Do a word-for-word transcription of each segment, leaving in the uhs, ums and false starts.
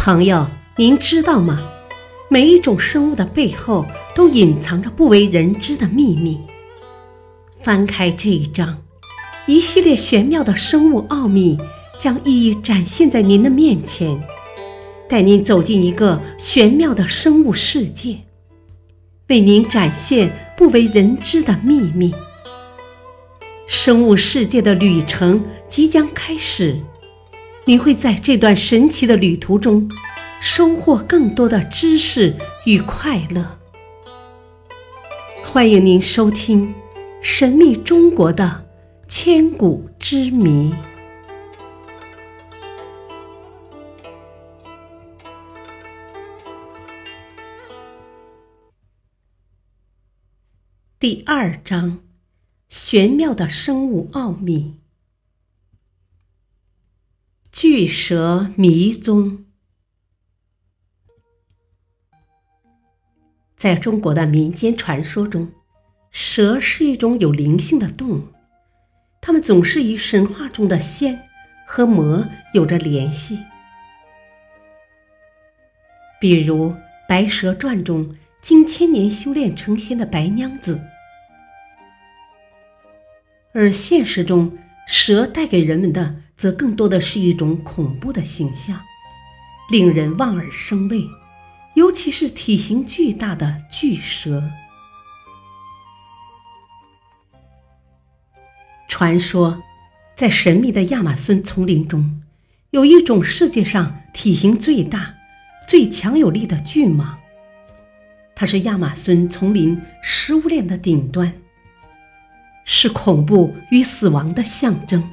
朋友，您知道吗？每一种生物的背后都隐藏着不为人知的秘密。翻开这一章，一系列玄妙的生物奥秘将一一展现在您的面前，带您走进一个玄妙的生物世界，为您展现不为人知的秘密。生物世界的旅程即将开始，您会在这段神奇的旅途中收获更多的知识与快乐。欢迎您收听《神秘中国的千古之谜》。第二章：玄妙的生物奥秘。巨蛇迷踪。在中国的民间传说中，蛇是一种有灵性的动物，它们总是与神话中的仙和魔有着联系。比如《白蛇传》中经千年修炼成仙的白娘子，而现实中蛇带给人们的则更多的是一种恐怖的形象，令人望而生畏，尤其是体型巨大的巨蛇。传说在神秘的亚马孙丛林中，有一种世界上体型最大最强有力的巨蟒，它是亚马孙丛林食物链的顶端，是恐怖与死亡的象征。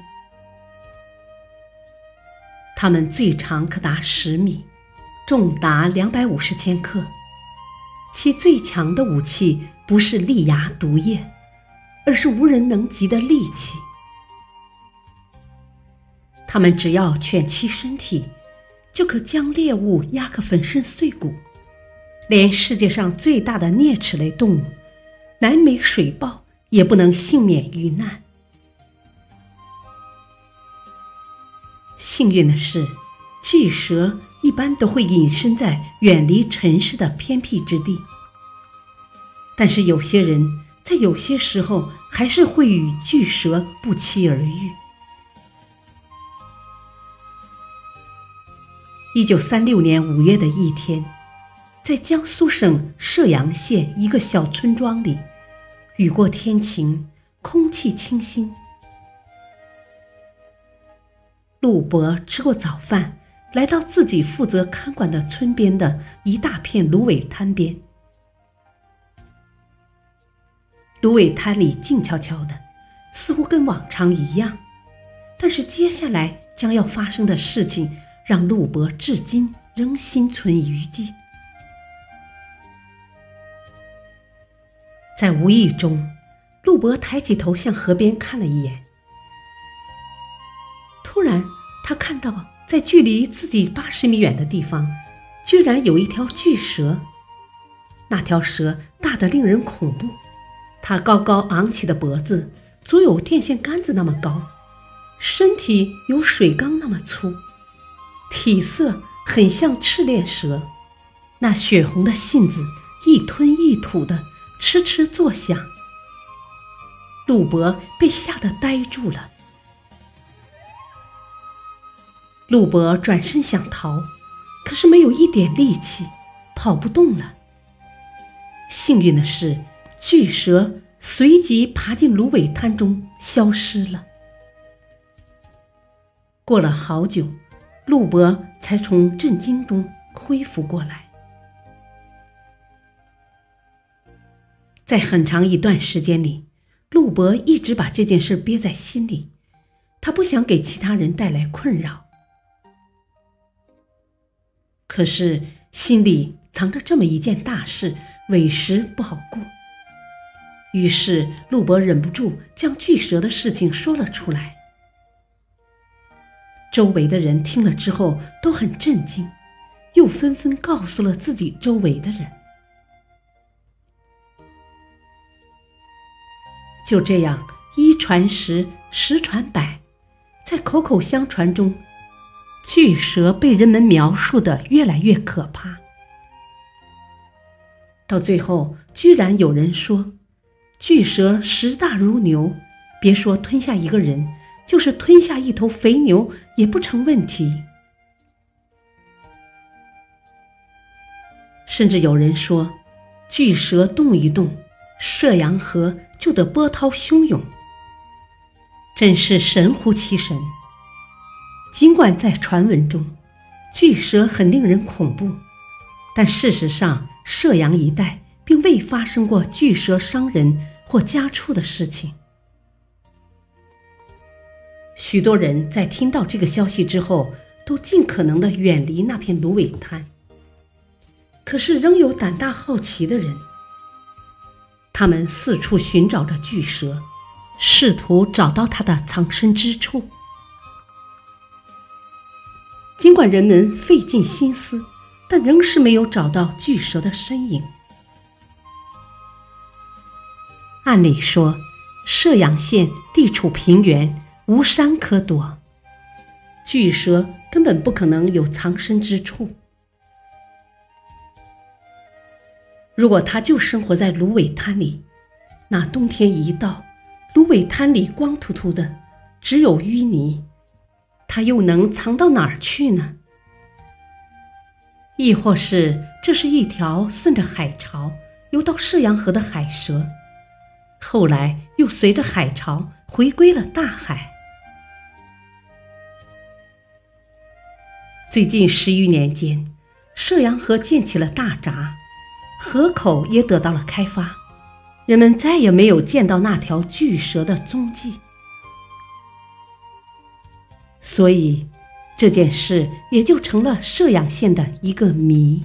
它们最长可达十米，重达两百五十千克，其最强的武器不是利牙毒液，而是无人能及的利器。它们只要蜷曲身体，就可将猎物压个粉身碎骨，连世界上最大的啮齿类动物南美水豹也不能幸免于难。幸运的是，巨蛇一般都会隐身在远离尘世的偏僻之地，但是有些人在有些时候还是会与巨蛇不期而遇。一九三六年五月的一天，在江苏省射阳县一个小村庄里，雨过天晴，空气清新。陆伯吃过早饭，来到自己负责看管的村边的一大片芦苇滩边。芦苇滩里静悄悄的，似乎跟往常一样，但是接下来将要发生的事情让陆伯至今仍心存余悸。在无意中，陆伯抬起头向河边看了一眼，突然他看到在距离自己八十米远的地方居然有一条巨蛇。那条蛇大得令人恐怖，它高高昂起的脖子足有电线杆子那么高，身体有水缸那么粗，体色很像赤练蛇，那血红的信子一吞一吐的哧哧作响。陆伯被吓得呆住了。陆伯转身想逃，可是没有一点力气，跑不动了。幸运的是，巨蛇随即爬进芦苇滩中消失了。过了好久，陆伯才从震惊中恢复过来。在很长一段时间里，陆伯一直把这件事憋在心里，他不想给其他人带来困扰。可是心里藏着这么一件大事，委实不好顾。于是陆伯忍不住将巨蛇的事情说了出来。周围的人听了之后都很震惊，又纷纷告诉了自己周围的人。就这样，一传十，十传百，在口口相传中， 巨蛇被人们描述得越来越可怕。到最后，居然有人说，巨蛇实大如牛，别说吞下一个人，就是吞下一头肥牛也不成问题。甚至有人说，巨蛇动一动，射阳河就得波涛汹涌，真是神乎其神。尽管在传闻中，巨蛇很令人恐怖，但事实上，射阳一带并未发生过巨蛇伤人或家畜的事情。许多人在听到这个消息之后，都尽可能地远离那片芦苇滩。可是仍有胆大好奇的人，他们四处寻找着巨蛇，试图找到它的藏身之处。尽管人们费尽心思，但仍是没有找到巨蛇的身影。按理说，射阳县地处平原，无山可躲，巨蛇根本不可能有藏身之处。如果它就生活在芦苇滩里，那冬天一到，芦苇滩里光秃秃的，只有淤泥，它又能藏到哪儿去呢？亦或是这是一条顺着海潮游到射阳河的海蛇，后来又随着海潮回归了大海。最近十余年间，射阳河建起了大闸，河口也得到了开发，人们再也没有见到那条巨蛇的踪迹。所以这件事也就成了射阳县的一个谜。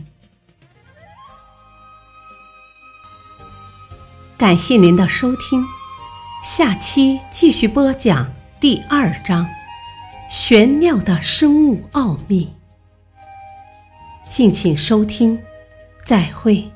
感谢您的收听，下期继续播讲第二章玄妙的生物奥秘。敬请收听，再会。